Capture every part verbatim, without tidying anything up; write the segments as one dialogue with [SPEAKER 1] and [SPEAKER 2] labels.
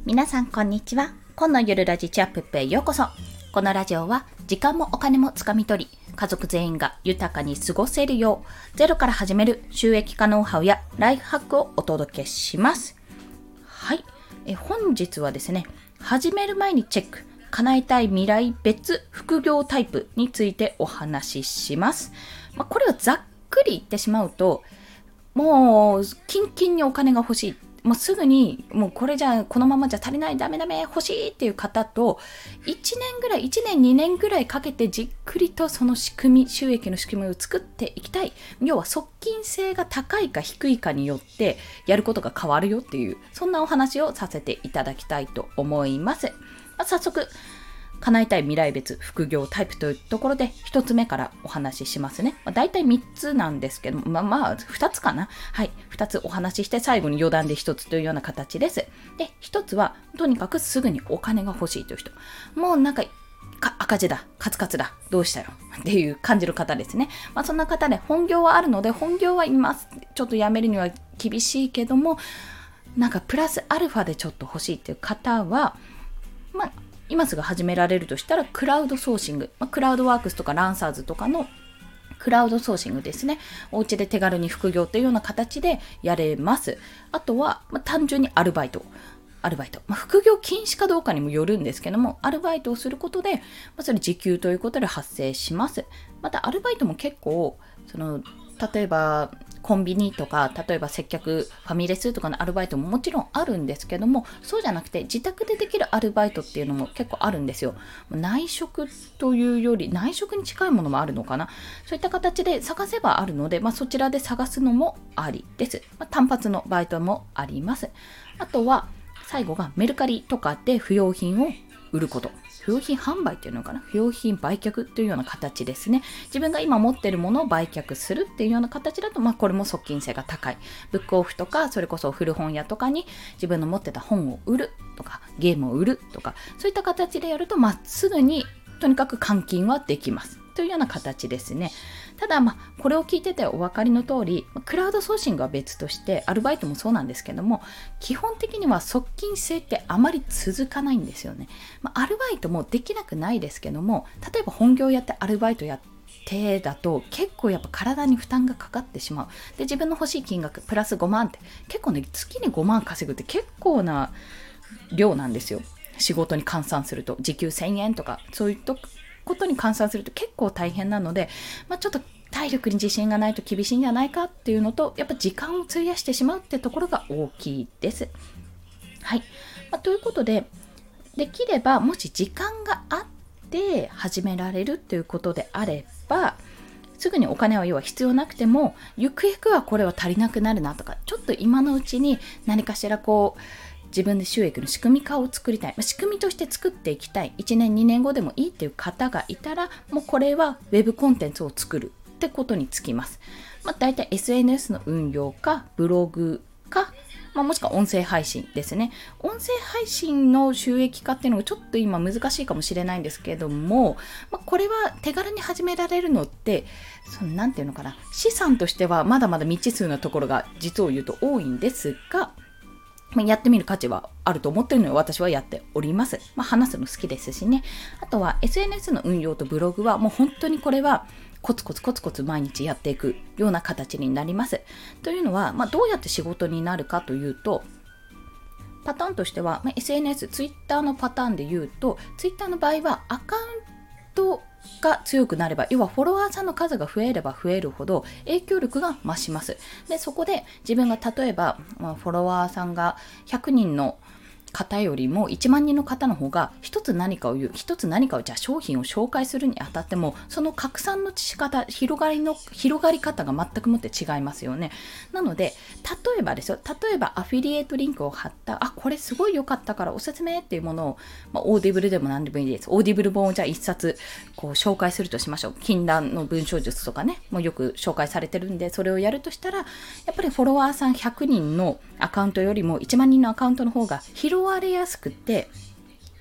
[SPEAKER 1] 皆さんこんにちは。今のゆるラジチャップップへようこそ。このラジオは時間もお金もつかみ取り、家族全員が豊かに過ごせるようゼロから始める収益化ノウハウやライフハックをお届けします。はい、え本日はですね、始める前にチェック、叶えたい未来別副業タイプについてお話しします。まあ、これをざっくり言ってしまうと、もうキンキンにお金が欲しい、もうすぐにもうこれじゃこのままじゃ足りない、ダメダメ欲しいっていう方と、いちねんぐらいいちねんにねんぐらいかけてじっくりとその仕組み、収益の仕組みを作っていきたい。要は側近性が高いか低いかによってやることが変わるよっていう、そんなお話をさせていただきたいと思います。まあ、早速叶えたい未来別副業タイプというところでひとつめからお話ししますね。まあ、大体みっつなんですけど、まあまあふたつかな。はい。ふたつお話しして最後に余談でひとつというような形です。で、ひとつはとにかくすぐにお金が欲しいという人。もうなんか赤字だ、カツカツだ、どうしたよっていう感じの方ですね。まあそんな方で本業はあるので、本業はいます。ちょっと辞めるには厳しいけども、なんかプラスアルファでちょっと欲しいっていう方は、まあ今すぐ始められるとしたらクラウドソーシング、まあ、クラウドワークスとかランサーズとかのクラウドソーシングですね。お家で手軽に副業というような形でやれます。あとは、まあ、単純にアルバイト。アルバイト、まあ、副業禁止かどうかにもよるんですけども、アルバイトをすることで、まあ、それ時給ということで発生します。またアルバイトも結構その例えばコンビニとか、例えば接客ファミレスとかのアルバイトももちろんあるんですけども、そうじゃなくて自宅でできるアルバイトっていうのも結構あるんですよ。内職というより内職に近いものもあるのかな。そういった形で探せばあるので、まあ、そちらで探すのもありです。まあ、単発のバイトもあります。あとは最後がメルカリとかで不用品を売ること。不用品販売っていうのかな、不用品売却というような形ですね。自分が今持っているものを売却するっていうような形だと、まあこれも側近性が高い。ブックオフとか、それこそ古本屋とかに自分の持ってた本を売るとか、ゲームを売るとか、そういった形でやると、まあすぐにとにかく換金はできますというような形ですね。ただまあこれを聞いててお分かりの通り、クラウドソーシングは別としてアルバイトもそうなんですけども、基本的には側近性ってあまり続かないんですよね。まあ、アルバイトもできなくないですけども、例えば本業やってアルバイトやってだと結構やっぱ体に負担がかかってしまう。で、自分の欲しい金額プラスごまんって結構ね、月にごまん稼ぐって結構な量なんですよ。仕事に換算すると時給せんえんとかそういったことに換算すると結構大変なので、まあ、ちょっと体力に自信がないと厳しいんじゃないかっていうのと、やっぱ時間を費やしてしまうってところが大きいです。はい、まあ、ということで、できればもし時間があって始められるということであれば、すぐにお金は要は必要なくても、ゆくゆくはこれは足りなくなるなとか、ちょっと今のうちに何かしらこう自分で収益の仕組み化を作りたい、仕組みとして作っていきたい、いちねんにねんごでもいいっていう方がいたら、もうこれはウェブコンテンツを作るってことにつきます。まあ、大体 エスエヌエス の運用かブログか、まあ、もしくは音声配信ですね。音声配信の収益化っていうのがちょっと今難しいかもしれないんですけども、まあ、これは手軽に始められるのって、そのなんていうのかな、資産としてはまだまだ未知数なところが実を言うと多いんですが、やってみる価値はあると思っているので私はやっております。まあ、話すの好きですしね。あとは エスエヌエス の運用とブログはもう本当にこれはコツコツコツコツ毎日やっていくような形になります。というのは、まあ、どうやって仕事になるかというと、パターンとしては、まあ、エスエヌエス、ツイッターのパターンで言うと、ツイッターの場合はアカウントが強くなれば、要はフォロワーさんの数が増えれば増えるほど影響力が増します。で、そこで自分が例えば、まあ、フォロワーさんがひゃくにんの方よりもいちまんにんの方の方が一つ何かを言う、一つ何かをじゃあ商品を紹介するにあたっても、その拡散の仕方、広がりの広がり方が全くもって違いますよね。なので、例えばですよ、例えばアフィリエイトリンクを貼った、あ、これすごい良かったからおすすめっていうものを、まあ、オーディブルでも何でもいいです。オーディブル本をじゃあ一冊こう紹介するとしましょう。禁断の文章術とかね、もうよく紹介されてるんで、それをやるとしたら、やっぱりフォロワーさんひゃくにんのアカウントよりもいちまんにんのアカウントの方が広われやすくて、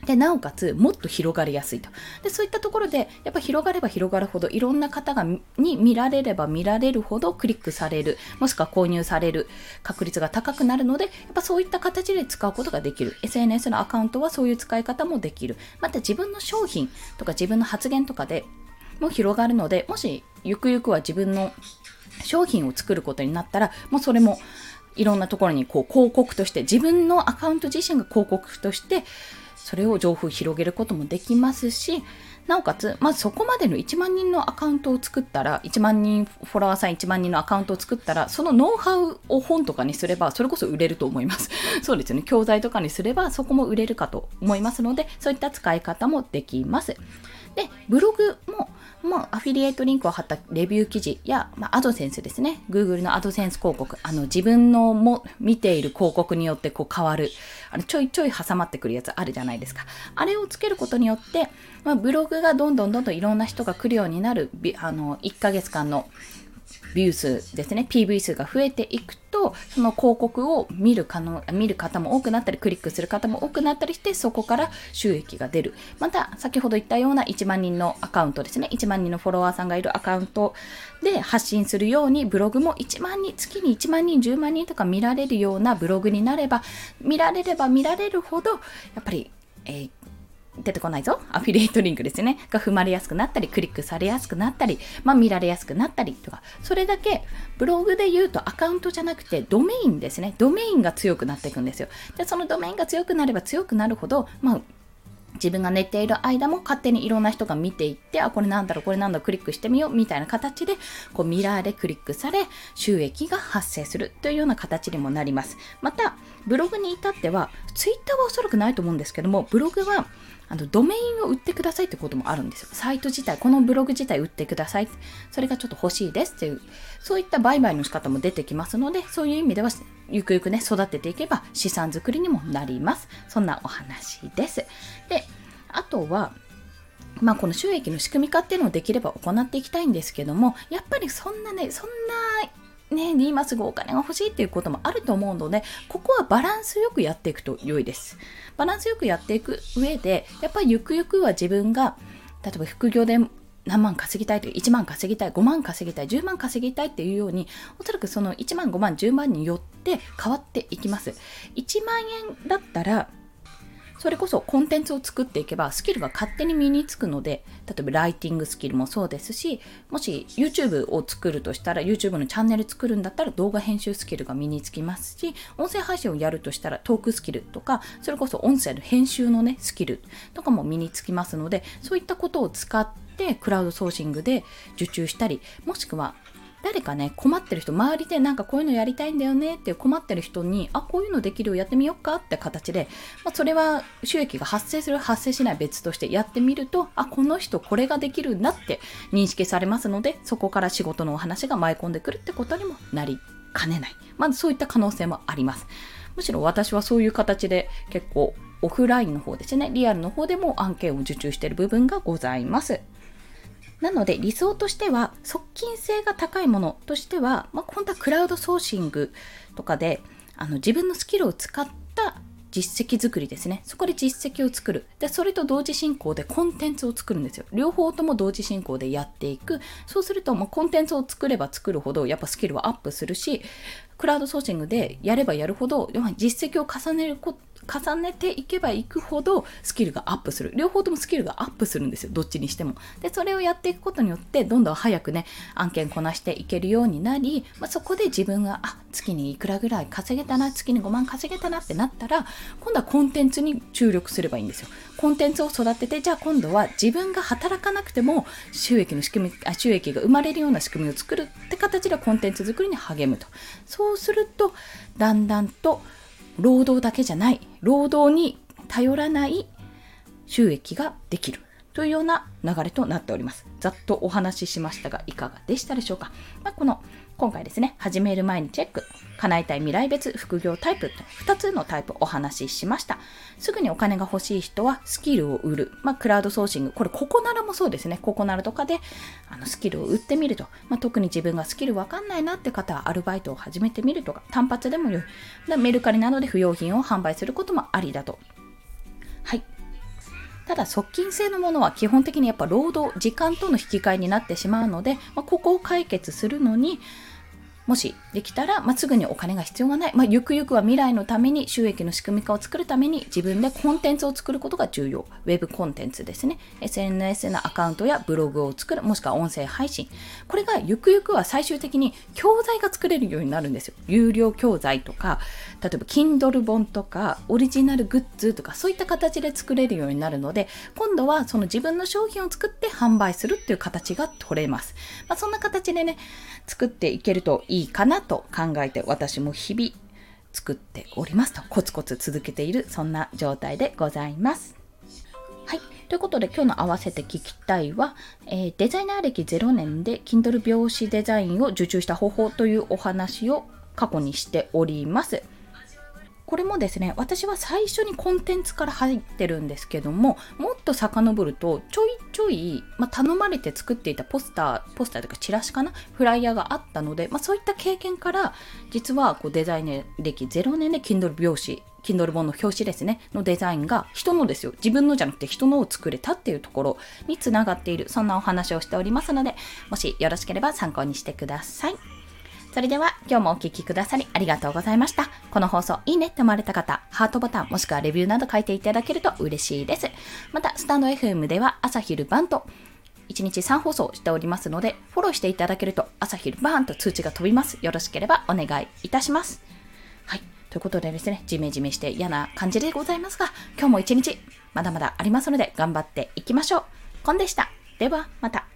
[SPEAKER 1] でなおかつもっと広がりやすいと。でそういったところでやっぱ広がれば広がるほど、いろんな方がに見られれば見られるほどクリックされる、もしくは購入される確率が高くなるので、やっぱそういった形で使うことができる。 エスエヌエス のアカウントはそういう使い方もできる。また自分の商品とか自分の発言とかでも広がるので、もしゆくゆくは自分の商品を作ることになったら、もうそれもいろんなところにこう広告として、自分のアカウント自身が広告としてそれを情報を広げることもできますし、なおかつ、まずそこまでのいちまん人のアカウントを作ったら、いちまん人フォロワーさんいちまん人のアカウントを作ったら、そのノウハウを本とかにすればそれこそ売れると思います。そうですよね。教材とかにすればそこも売れるかと思いますので、そういった使い方もできます。でブログもまあ、アフィリエイトリンクを貼ったレビュー記事や、まあ、アドセンスですね。Google のアドセンス広告。あの、自分のも見ている広告によってこう変わる。あの、ちょいちょい挟まってくるやつあるじゃないですか。あれをつけることによって、まあ、ブログがどんどんどんどんいろんな人が来るようになる、あの、いっかげつかんのビュー数ですね、ピーブイ 数が増えていくと、その広告を見る可能、見る方も多くなったり、クリックする方も多くなったりして、そこから収益が出る。また、先ほど言ったようないちまん人のアカウントですね、いちまん人のフォロワーさんがいるアカウントで発信するように、ブログもいちまん人、月にいちまん人、じゅうまん人とか見られるようなブログになれば、見られれば見られるほど、やっぱり、えー出てこないぞ。アフィリエイトリンクですね。が踏まれやすくなったり、クリックされやすくなったり、まあ見られやすくなったりとか、それだけブログで言うとアカウントじゃなくてドメインですね。ドメインが強くなっていくんですよ。で、そのドメインが強くなれば強くなるほど、まあ自分が寝ている間も勝手にいろんな人が見ていって、あ、これなんだろう、これなんだろう、クリックしてみようみたいな形で、こうミラーでクリックされ、収益が発生するというような形にもなります。また、ブログに至っては、ツイッターはおそらくないと思うんですけども、ブログは、あのドメインを売ってくださいってこともあるんですよ。サイト自体、このブログ自体売ってください。それがちょっと欲しいですっていう、そういった売買の仕方も出てきますので、そういう意味では、ゆくゆくね、育てていけば資産作りにもなります。そんなお話です。で、あとは、まあこの収益の仕組み化っていうのをできれば行っていきたいんですけども、やっぱりそんなね、そんな、ね、今すぐお金が欲しいっていうこともあると思うので、ここはバランスよくやっていくと良いです。バランスよくやっていく上で、やっぱりゆくゆくは自分が、例えば副業で何万稼ぎたいという、いちまん稼ぎたい、ごまん稼ぎたい、じゅうまん稼ぎたいっていうように、おそらくそのいちまん、ごまん、じゅうまんによって変わっていきます。いちまん円だったら、それこそコンテンツを作っていけばスキルが勝手に身につくので、例えばライティングスキルもそうですし、もし YouTube を作るとしたら YouTube のチャンネル作るんだったら動画編集スキルが身につきますし、音声配信をやるとしたらトークスキルとか、それこそ音声の編集のねスキルとかも身につきますので、そういったことを使ってクラウドソーシングで受注したり、もしくは誰かね、困ってる人、周りでなんかこういうのやりたいんだよねっていう困ってる人に、あ、こういうのできるよ、やってみようかって形で、まあ、それは収益が発生する発生しない別としてやってみると、あ、この人これができるんだって認識されますので、そこから仕事のお話が舞い込んでくるってことにもなりかねない。まずそういった可能性もあります。むしろ私はそういう形で結構オフラインの方ですね、リアルの方でも案件を受注している部分がございます。なので理想としては、側近性が高いものとしては、まあ、本当はクラウドソーシングとかであの自分のスキルを使った実績作りですね。そこで実績を作る。で、それと同時進行でコンテンツを作るんですよ。両方とも同時進行でやっていく。そうすると、もうコンテンツを作れば作るほど、やっぱスキルはアップするし、クラウドソーシングでやればやるほど、実績を重ねること重ねていけばいくほどスキルがアップする。両方ともスキルがアップするんですよ。どっちにしても。で、それをやっていくことによってどんどん早くね、案件こなしていけるようになり、まあ、そこで自分があ月にいくらぐらい稼げたな、月にごまん稼げたなってなったら、今度はコンテンツに注力すればいいんですよ。コンテンツを育てて、じゃあ今度は自分が働かなくても収益の仕組み、あ収益が生まれるような仕組みを作るって形でコンテンツ作りに励むと。そうするとだんだんと労働だけじゃない、労働に頼らない収益ができるというような流れとなっております。ざっとお話ししましたがいかがでしたでしょうか。まあ、この今回ですね、始める前にチェック、叶えたい未来別副業タイプとふたつのタイプお話ししました。すぐにお金が欲しい人はスキルを売る、まあ、クラウドソーシング、これココナラもそうですね。ココナラとかであのスキルを売ってみると、まあ、特に自分がスキルわかんないなって方はアルバイトを始めてみるとか、単発でもよい。メルカリなどで不用品を販売することもありだと。はい。 ただ側近性のものは基本的にやっぱ労働時間との引き換えになってしまうので、まあ、ここを解決するのにもしできたら、まあ、すぐにお金が必要がない、まあ、ゆくゆくは未来のために収益の仕組み化を作るために自分でコンテンツを作ることが重要。ウェブコンテンツですね。 エスエヌエス のアカウントやブログを作る、もしくは音声配信、これがゆくゆくは最終的に教材が作れるようになるんですよ。有料教材とか、例えば Kindle 本とかオリジナルグッズとか、そういった形で作れるようになるので、今度はその自分の商品を作って販売するっていう形が取れます。まあ、そんな形でね作っていけるといいかなと考えて、私も日々作っておりますと、コツコツ続けている、そんな状態でございます。はい、ということで今日の合わせて聞きたいは、えー、デザイナー歴ゼロねんで Kindle 表紙デザインを受注した方法というお話を過去にしております。これもですね、私は最初にコンテンツから入ってるんですけども、もっと遡るとちょいちょい、まあ、頼まれて作っていたポスター、ポスターというかチラシかな、フライヤーがあったので、まあ、そういった経験から実はこうデザイン歴ゼロねんで Kindle 表紙、Kindle 本の表紙ですねのデザインが人のですよ、自分のじゃなくて人のを作れたっていうところにつながっている、そんなお話をしておりますので、もしよろしければ参考にしてください。それでは今日もお聞きくださりありがとうございました。この放送いいねって思われた方、ハートボタンもしくはレビューなど書いていただけると嬉しいです。またスタンド エフエム では朝昼晩といちにちさん放送しておりますので、フォローしていただけると朝昼晩と通知が飛びます。よろしければお願いいたします。はい、ということでですね、ジメジメして嫌な感じでございますが、今日も一日まだまだありますので頑張っていきましょう。コンでした。ではまた。